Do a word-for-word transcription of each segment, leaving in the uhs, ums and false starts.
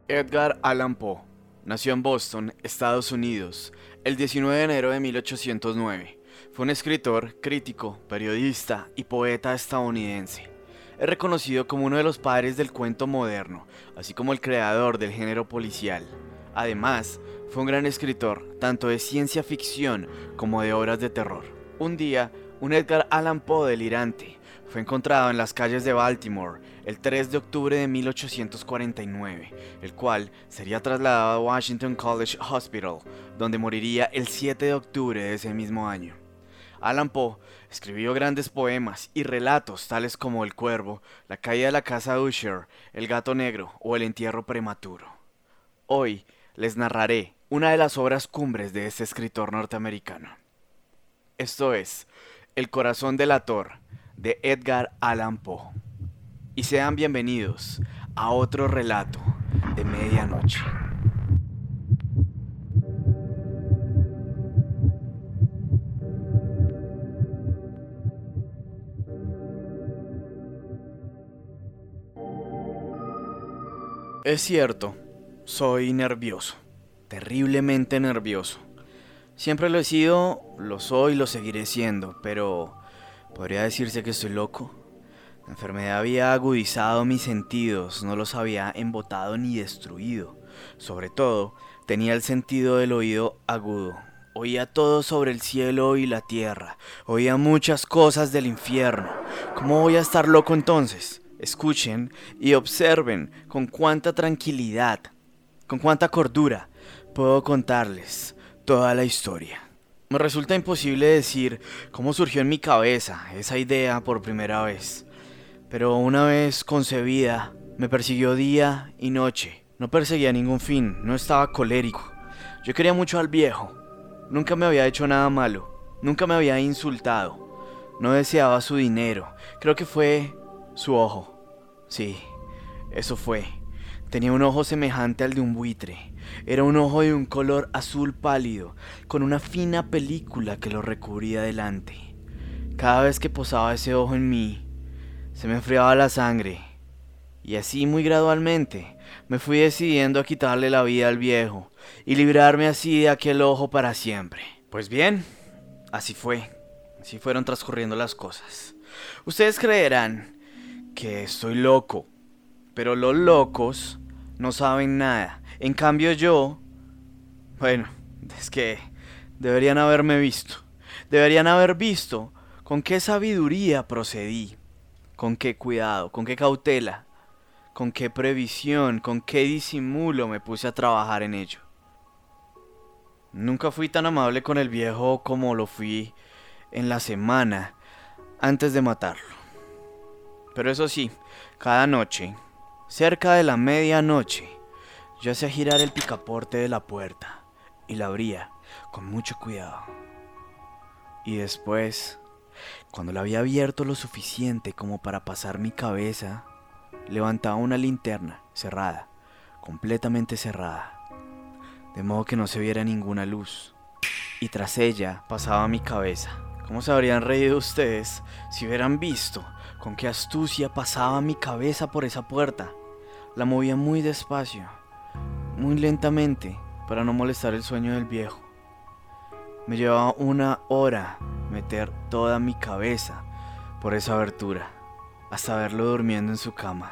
Edgar Allan Poe nació en Boston, Estados Unidos, el diecinueve de enero de mil ochocientos nueve. Fue un escritor, crítico, periodista y poeta estadounidense. Es reconocido como uno de los padres del cuento moderno, así como el creador del género policial. Además, fue un gran escritor, tanto de ciencia ficción como de obras de terror. Un día, un Edgar Allan Poe delirante fue encontrado en las calles de Baltimore el tres de octubre de mil ochocientos cuarenta y nueve, el cual sería trasladado a Washington College Hospital, donde moriría el siete de octubre de ese mismo año. Allan Poe escribió grandes poemas y relatos tales como El Cuervo, La caída de la casa Usher, El gato negro o El entierro prematuro. Hoy les narraré una de las obras cumbres de este escritor norteamericano. Esto es El corazón delator de Edgar Allan Poe. Y sean bienvenidos a otro relato de medianoche. Es cierto, soy nervioso, terriblemente nervioso. Siempre lo he sido, lo soy y lo seguiré siendo, pero ¿podría decirse que estoy loco? La enfermedad había agudizado mis sentidos, no los había embotado ni destruido. Sobre todo, tenía el sentido del oído agudo. Oía todo sobre el cielo y la tierra. Oía muchas cosas del infierno. ¿Cómo voy a estar loco entonces? Escuchen y observen con cuánta tranquilidad, con cuánta cordura puedo contarles toda la historia. Me resulta imposible decir cómo surgió en mi cabeza esa idea por primera vez. Pero una vez concebida, me persiguió día y noche. No perseguía ningún fin, no estaba colérico. Yo quería mucho al viejo. Nunca me había hecho nada malo. Nunca me había insultado. No deseaba su dinero. Creo que fue su ojo. Sí, eso fue. Tenía un ojo semejante al de un buitre. Era un ojo de un color azul pálido, con una fina película que lo recubría delante. Cada vez que posaba ese ojo en mí, se me enfriaba la sangre, y así muy gradualmente me fui decidiendo a quitarle la vida al viejo y librarme así de aquel ojo para siempre. Pues bien, así fue, así fueron transcurriendo las cosas. Ustedes creerán que estoy loco, pero los locos no saben nada. En cambio yo, bueno, es que deberían haberme visto, deberían haber visto con qué sabiduría procedí. Con qué cuidado, con qué cautela, con qué previsión, con qué disimulo me puse a trabajar en ello. Nunca fui tan amable con el viejo como lo fui en la semana antes de matarlo. Pero eso sí, cada noche, cerca de la medianoche, yo hacía girar el picaporte de la puerta y la abría con mucho cuidado. Y después, cuando la había abierto lo suficiente como para pasar mi cabeza, levantaba una linterna cerrada, completamente cerrada, de modo que no se viera ninguna luz, y tras ella pasaba mi cabeza. ¿Cómo se habrían reído ustedes si hubieran visto con qué astucia pasaba mi cabeza por esa puerta? La movía muy despacio, muy lentamente, para no molestar el sueño del viejo. Me llevaba una hora meter toda mi cabeza por esa abertura, hasta verlo durmiendo en su cama.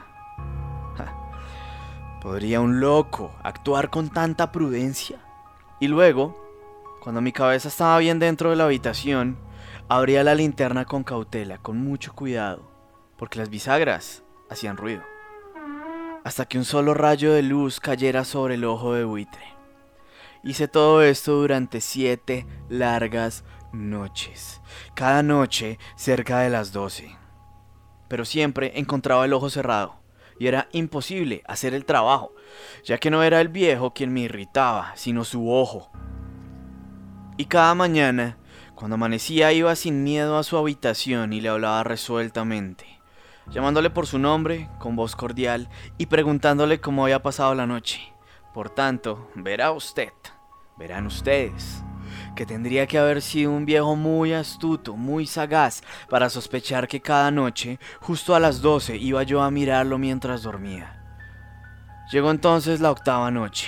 Ja. ¿Podría un loco actuar con tanta prudencia? Y luego, cuando mi cabeza estaba bien dentro de la habitación, abría la linterna con cautela, con mucho cuidado, porque las bisagras hacían ruido, hasta que un solo rayo de luz cayera sobre el ojo de buitre. Hice todo esto durante siete largas noches, cada noche cerca de las doce. Pero siempre encontraba el ojo cerrado, y era imposible hacer el trabajo, ya que no era el viejo quien me irritaba, sino su ojo. Y cada mañana, cuando amanecía, iba sin miedo a su habitación y le hablaba resueltamente, llamándole por su nombre, con voz cordial, y preguntándole cómo había pasado la noche. Por tanto, verá usted, verán ustedes, que tendría que haber sido un viejo muy astuto, muy sagaz, para sospechar que cada noche, justo a las doce, iba yo a mirarlo mientras dormía. Llegó entonces la octava noche.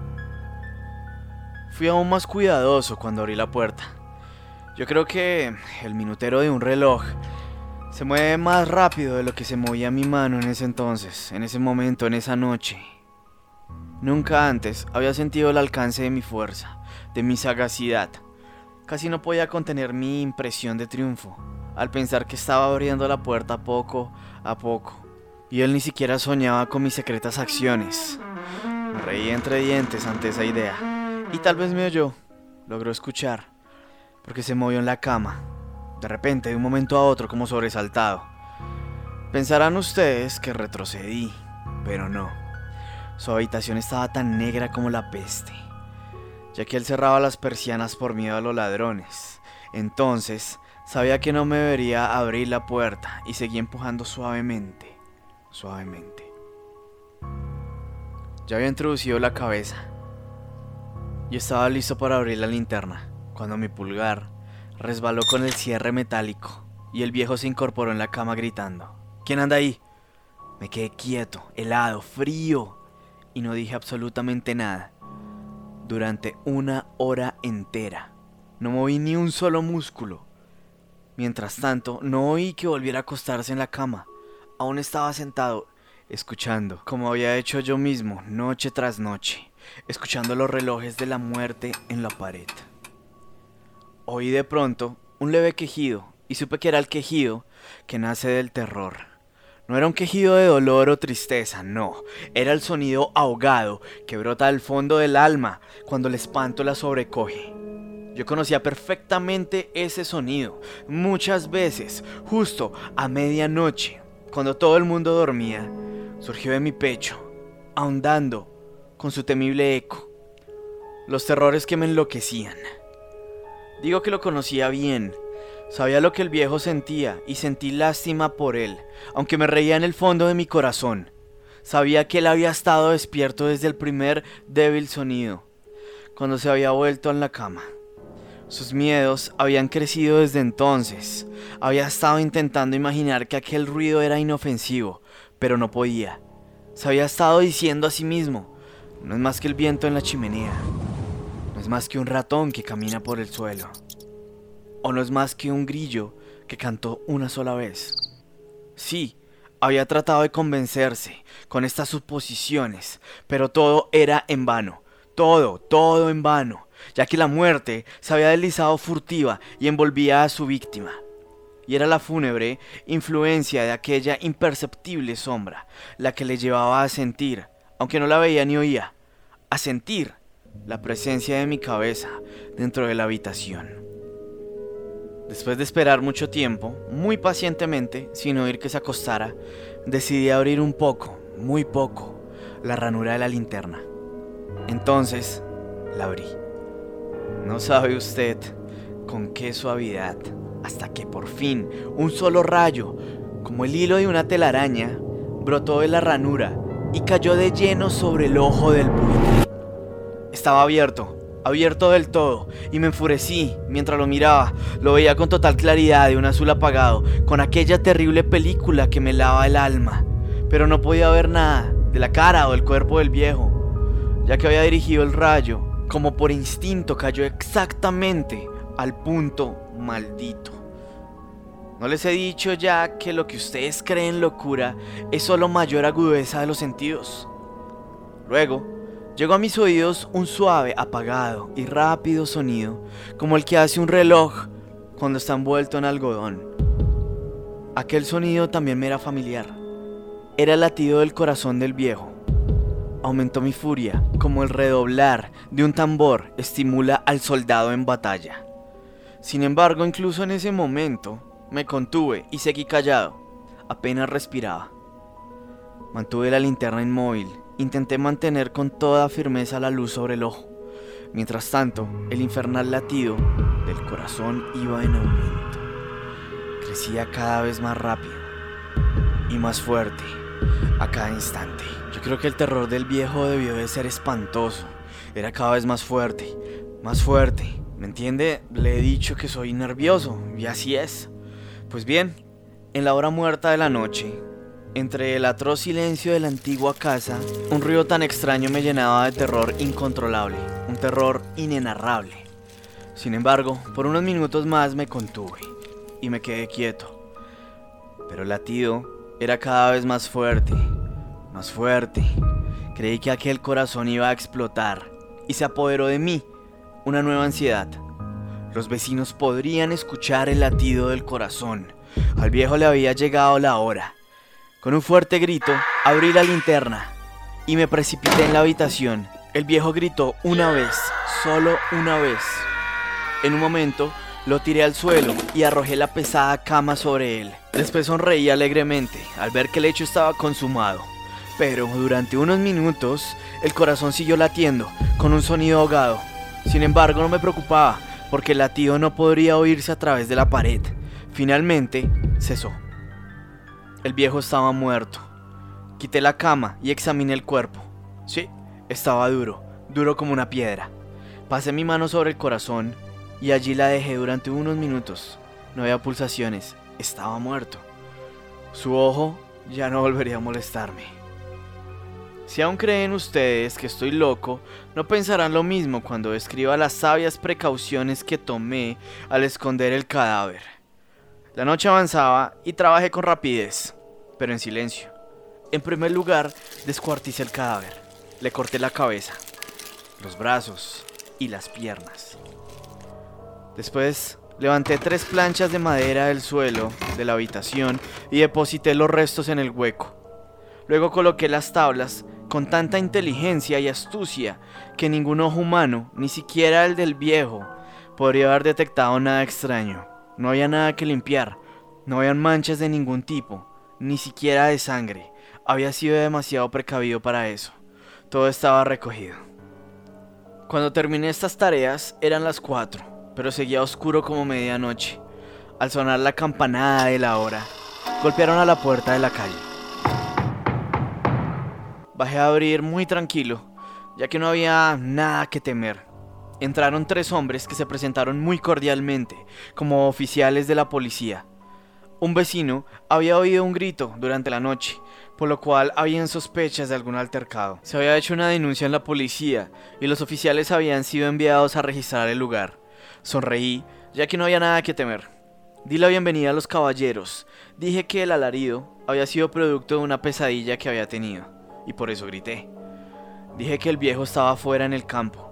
Fui aún más cuidadoso cuando abrí la puerta. Yo creo que el minutero de un reloj se mueve más rápido de lo que se movía mi mano en ese entonces, en ese momento, en esa noche. Nunca antes había sentido el alcance de mi fuerza, de mi sagacidad. Casi no podía contener mi impresión de triunfo al pensar que estaba abriendo la puerta poco a poco, y él ni siquiera soñaba con mis secretas acciones. Me reí entre dientes ante esa idea, y tal vez me oyó, logró escuchar, porque se movió en la cama, de repente, de un momento a otro, como sobresaltado. Pensarán ustedes que retrocedí, pero no. Su habitación estaba tan negra como la peste, ya que él cerraba las persianas por miedo a los ladrones. Entonces, sabía que no me debería abrir la puerta y seguí empujando suavemente, suavemente. Ya había introducido la cabeza y estaba listo para abrir la linterna, cuando mi pulgar resbaló con el cierre metálico y el viejo se incorporó en la cama gritando: ¿Quién anda ahí? Me quedé quieto, helado, frío, y no dije absolutamente nada. Durante una hora entera, no moví ni un solo músculo. Mientras tanto, no oí que volviera a acostarse en la cama. Aún estaba sentado, escuchando, como había hecho yo mismo, noche tras noche, escuchando los relojes de la muerte en la pared. Oí de pronto un leve quejido, y supe que era el quejido que nace del terror. No era un quejido de dolor o tristeza, no. Era el sonido ahogado que brota del fondo del alma cuando el espanto la sobrecoge. Yo conocía perfectamente ese sonido. Muchas veces, justo a medianoche, cuando todo el mundo dormía, surgió de mi pecho, ahondando con su temible eco. Los terrores que me enloquecían. Digo que lo conocía bien. Sabía lo que el viejo sentía y sentí lástima por él, aunque me reía en el fondo de mi corazón. Sabía que él había estado despierto desde el primer débil sonido, cuando se había vuelto en la cama. Sus miedos habían crecido desde entonces. Había estado intentando imaginar que aquel ruido era inofensivo, pero no podía. Se había estado diciendo a sí mismo: no es más que el viento en la chimenea, no es más que un ratón que camina por el suelo. ¿O no es más que un grillo que cantó una sola vez? Sí, había tratado de convencerse con estas suposiciones, pero todo era en vano, todo, todo en vano, ya que la muerte se había deslizado furtiva y envolvía a su víctima. Y era la fúnebre influencia de aquella imperceptible sombra la que le llevaba a sentir, aunque no la veía ni oía, a sentir la presencia de mi cabeza dentro de la habitación. Después de esperar mucho tiempo, muy pacientemente, sin oír que se acostara, decidí abrir un poco, muy poco, la ranura de la linterna. Entonces, la abrí. No sabe usted con qué suavidad, hasta que por fin, un solo rayo, como el hilo de una telaraña, brotó de la ranura y cayó de lleno sobre el ojo del buitre. Estaba abierto. Abierto del todo, y me enfurecí mientras lo miraba. Lo veía con total claridad, de un azul apagado, con aquella terrible película que me lava el alma. Pero no podía ver nada de la cara o del cuerpo del viejo, ya que había dirigido el rayo, como por instinto, cayó exactamente al punto maldito. ¿No les he dicho ya que lo que ustedes creen locura es solo mayor agudeza de los sentidos? Luego llegó a mis oídos un suave, apagado y rápido sonido, como el que hace un reloj cuando está envuelto en algodón. Aquel sonido también me era familiar. Era el latido del corazón del viejo. Aumentó mi furia, como el redoblar de un tambor estimula al soldado en batalla. Sin embargo, incluso en ese momento, me contuve y seguí callado. Apenas respiraba. Mantuve la linterna inmóvil. Intenté mantener con toda firmeza la luz sobre el ojo. Mientras tanto, el infernal latido del corazón iba en aumento. Crecía cada vez más rápido y más fuerte a cada instante. Yo creo que el terror del viejo debió de ser espantoso. Era cada vez más fuerte, más fuerte. ¿Me entiende? Le he dicho que soy nervioso, y así es. Pues bien, en la hora muerta de la noche, Entre el atroz silencio de la antigua casa, un ruido tan extraño me llenaba de terror incontrolable, un terror inenarrable. Sin embargo, por unos minutos más me contuve y me quedé quieto. Pero el latido era cada vez más fuerte, más fuerte. Creí que aquel corazón iba a explotar y se apoderó de mí una nueva ansiedad. Los vecinos podrían escuchar el latido del corazón. Al viejo le había llegado la hora. Con un fuerte grito, abrí la linterna y me precipité en la habitación. El viejo gritó una vez, solo una vez. En un momento, lo tiré al suelo y arrojé la pesada cama sobre él. Después sonreí alegremente al ver que el hecho estaba consumado. Pero durante unos minutos, el corazón siguió latiendo con un sonido ahogado. Sin embargo, no me preocupaba, porque el latido no podría oírse a través de la pared. Finalmente, cesó. El viejo estaba muerto. Quité la cama y examiné el cuerpo. Sí, estaba duro, duro como una piedra. Pasé mi mano sobre el corazón y allí la dejé durante unos minutos. No había pulsaciones, estaba muerto. Su ojo ya no volvería a molestarme. Si aún creen ustedes que estoy loco, no pensarán lo mismo cuando describa las sabias precauciones que tomé al esconder el cadáver. La noche avanzaba y trabajé con rapidez, pero en silencio. En primer lugar, descuarticé el cadáver. Le corté la cabeza, los brazos y las piernas. Después, levanté tres planchas de madera del suelo de la habitación y deposité los restos en el hueco. Luego coloqué las tablas con tanta inteligencia y astucia que ningún ojo humano, ni siquiera el del viejo, podría haber detectado nada extraño. No había nada que limpiar, no habían manchas de ningún tipo, ni siquiera de sangre. Había sido demasiado precavido para eso. Todo estaba recogido. Cuando terminé estas tareas eran las cuatro, pero seguía oscuro como medianoche. Al sonar la campanada de la hora, golpearon a la puerta de la calle. Bajé a abrir muy tranquilo, ya que no había nada que temer. Entraron tres hombres que se presentaron muy cordialmente, como oficiales de la policía. Un vecino había oído un grito durante la noche, por lo cual habían sospechas de algún altercado. Se había hecho una denuncia en la policía y los oficiales habían sido enviados a registrar el lugar. Sonreí, ya que no había nada que temer. Di la bienvenida a los caballeros. Dije que el alarido había sido producto de una pesadilla que había tenido. Y por eso grité. Dije que el viejo estaba fuera en el campo.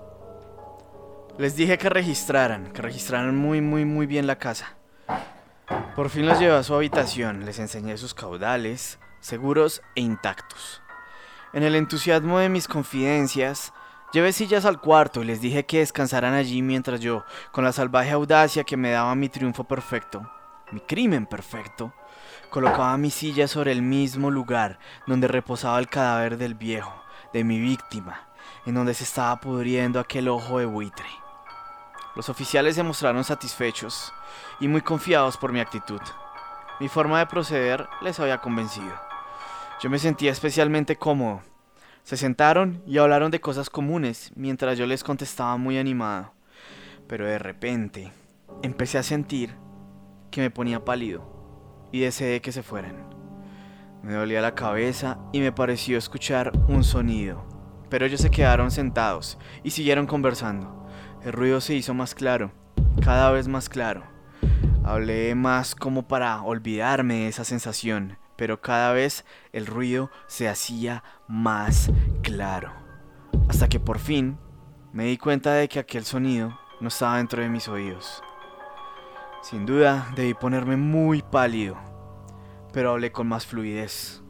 Les dije que registraran, que registraran muy muy muy bien la casa. Por fin los llevé a su habitación, les enseñé sus caudales, seguros e intactos. En el entusiasmo de mis confidencias, llevé sillas al cuarto y les dije que descansaran allí mientras yo, con la salvaje audacia que me daba mi triunfo perfecto, mi crimen perfecto, colocaba mi silla sobre el mismo lugar donde reposaba el cadáver del viejo, de mi víctima, en donde se estaba pudriendo aquel ojo de buitre. Los oficiales se mostraron satisfechos y muy confiados por mi actitud. Mi forma de proceder les había convencido. Yo me sentía especialmente cómodo. Se sentaron y hablaron de cosas comunes mientras yo les contestaba muy animado. Pero de repente empecé a sentir que me ponía pálido y deseé que se fueran. Me dolía la cabeza y me pareció escuchar un sonido, pero ellos se quedaron sentados y siguieron conversando. El ruido se hizo más claro, cada vez más claro. Hablé más como para olvidarme de esa sensación, pero cada vez el ruido se hacía más claro, hasta que por fin me di cuenta de que aquel sonido no estaba dentro de mis oídos. Sin duda, debí ponerme muy pálido, pero hablé con más fluidez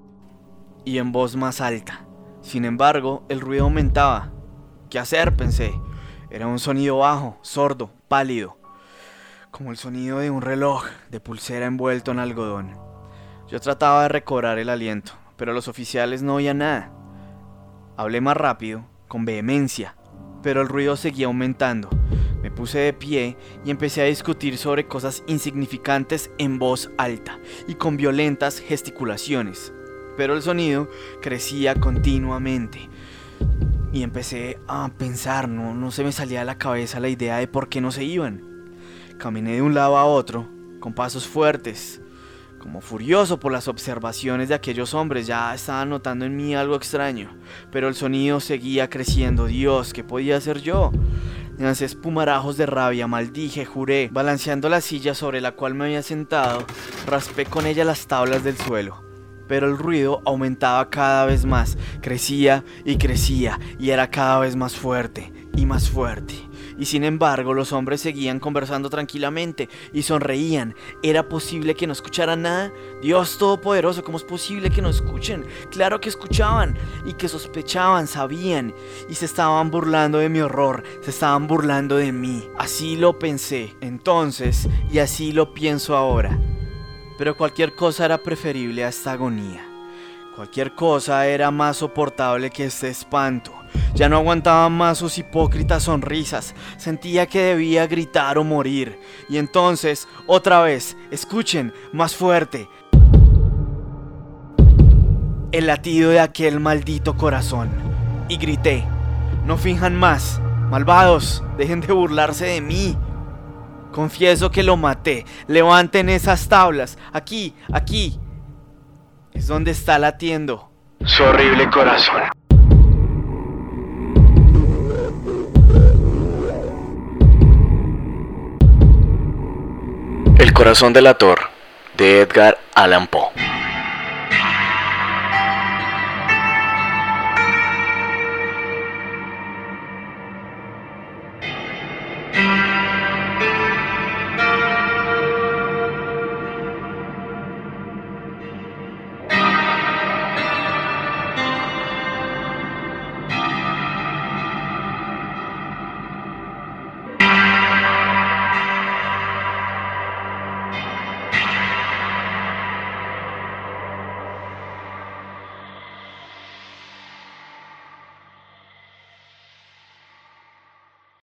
y en voz más alta. Sin embargo, el ruido aumentaba. ¿Qué hacer?, pensé. Era un sonido bajo, sordo, pálido, como el sonido de un reloj de pulsera envuelto en algodón. Yo trataba de recobrar el aliento, pero los oficiales no oían nada. Hablé más rápido, con vehemencia, pero el ruido seguía aumentando. Me puse de pie y empecé a discutir sobre cosas insignificantes en voz alta y con violentas gesticulaciones. Pero el sonido crecía continuamente y empecé a pensar, no, no se me salía de la cabeza la idea de por qué no se iban. Caminé de un lado a otro, con pasos fuertes, Como furioso por las observaciones de aquellos hombres, ya estaba notando en mí algo extraño, pero el sonido seguía creciendo. Dios, ¿qué podía hacer yo? Lancé espumarajos de rabia, maldije, juré, balanceando la silla sobre la cual me había sentado, raspé con ella las tablas del suelo. Pero el ruido aumentaba cada vez más, crecía y crecía, y era cada vez más fuerte y más fuerte. Y sin embargo, los hombres seguían conversando tranquilamente y sonreían. ¿Era posible que no escucharan nada? Dios Todopoderoso, ¿cómo es posible que no escuchen? Claro que escuchaban y que sospechaban, sabían y se estaban burlando de mi horror, se estaban burlando de mí. Así lo pensé entonces y así lo pienso ahora. Pero cualquier cosa era preferible a esta agonía. Cualquier cosa era más soportable que este espanto. Ya no aguantaba más sus hipócritas sonrisas. Sentía que debía gritar o morir. Y entonces, otra vez, escuchen, más fuerte, el latido de aquel maldito corazón. Y grité: no finjan más, malvados, dejen de burlarse de mí. Confieso que lo maté. Levanten esas tablas. Aquí, aquí. Es donde está latiendo su horrible corazón. El corazón delator, de Edgar Allan Poe.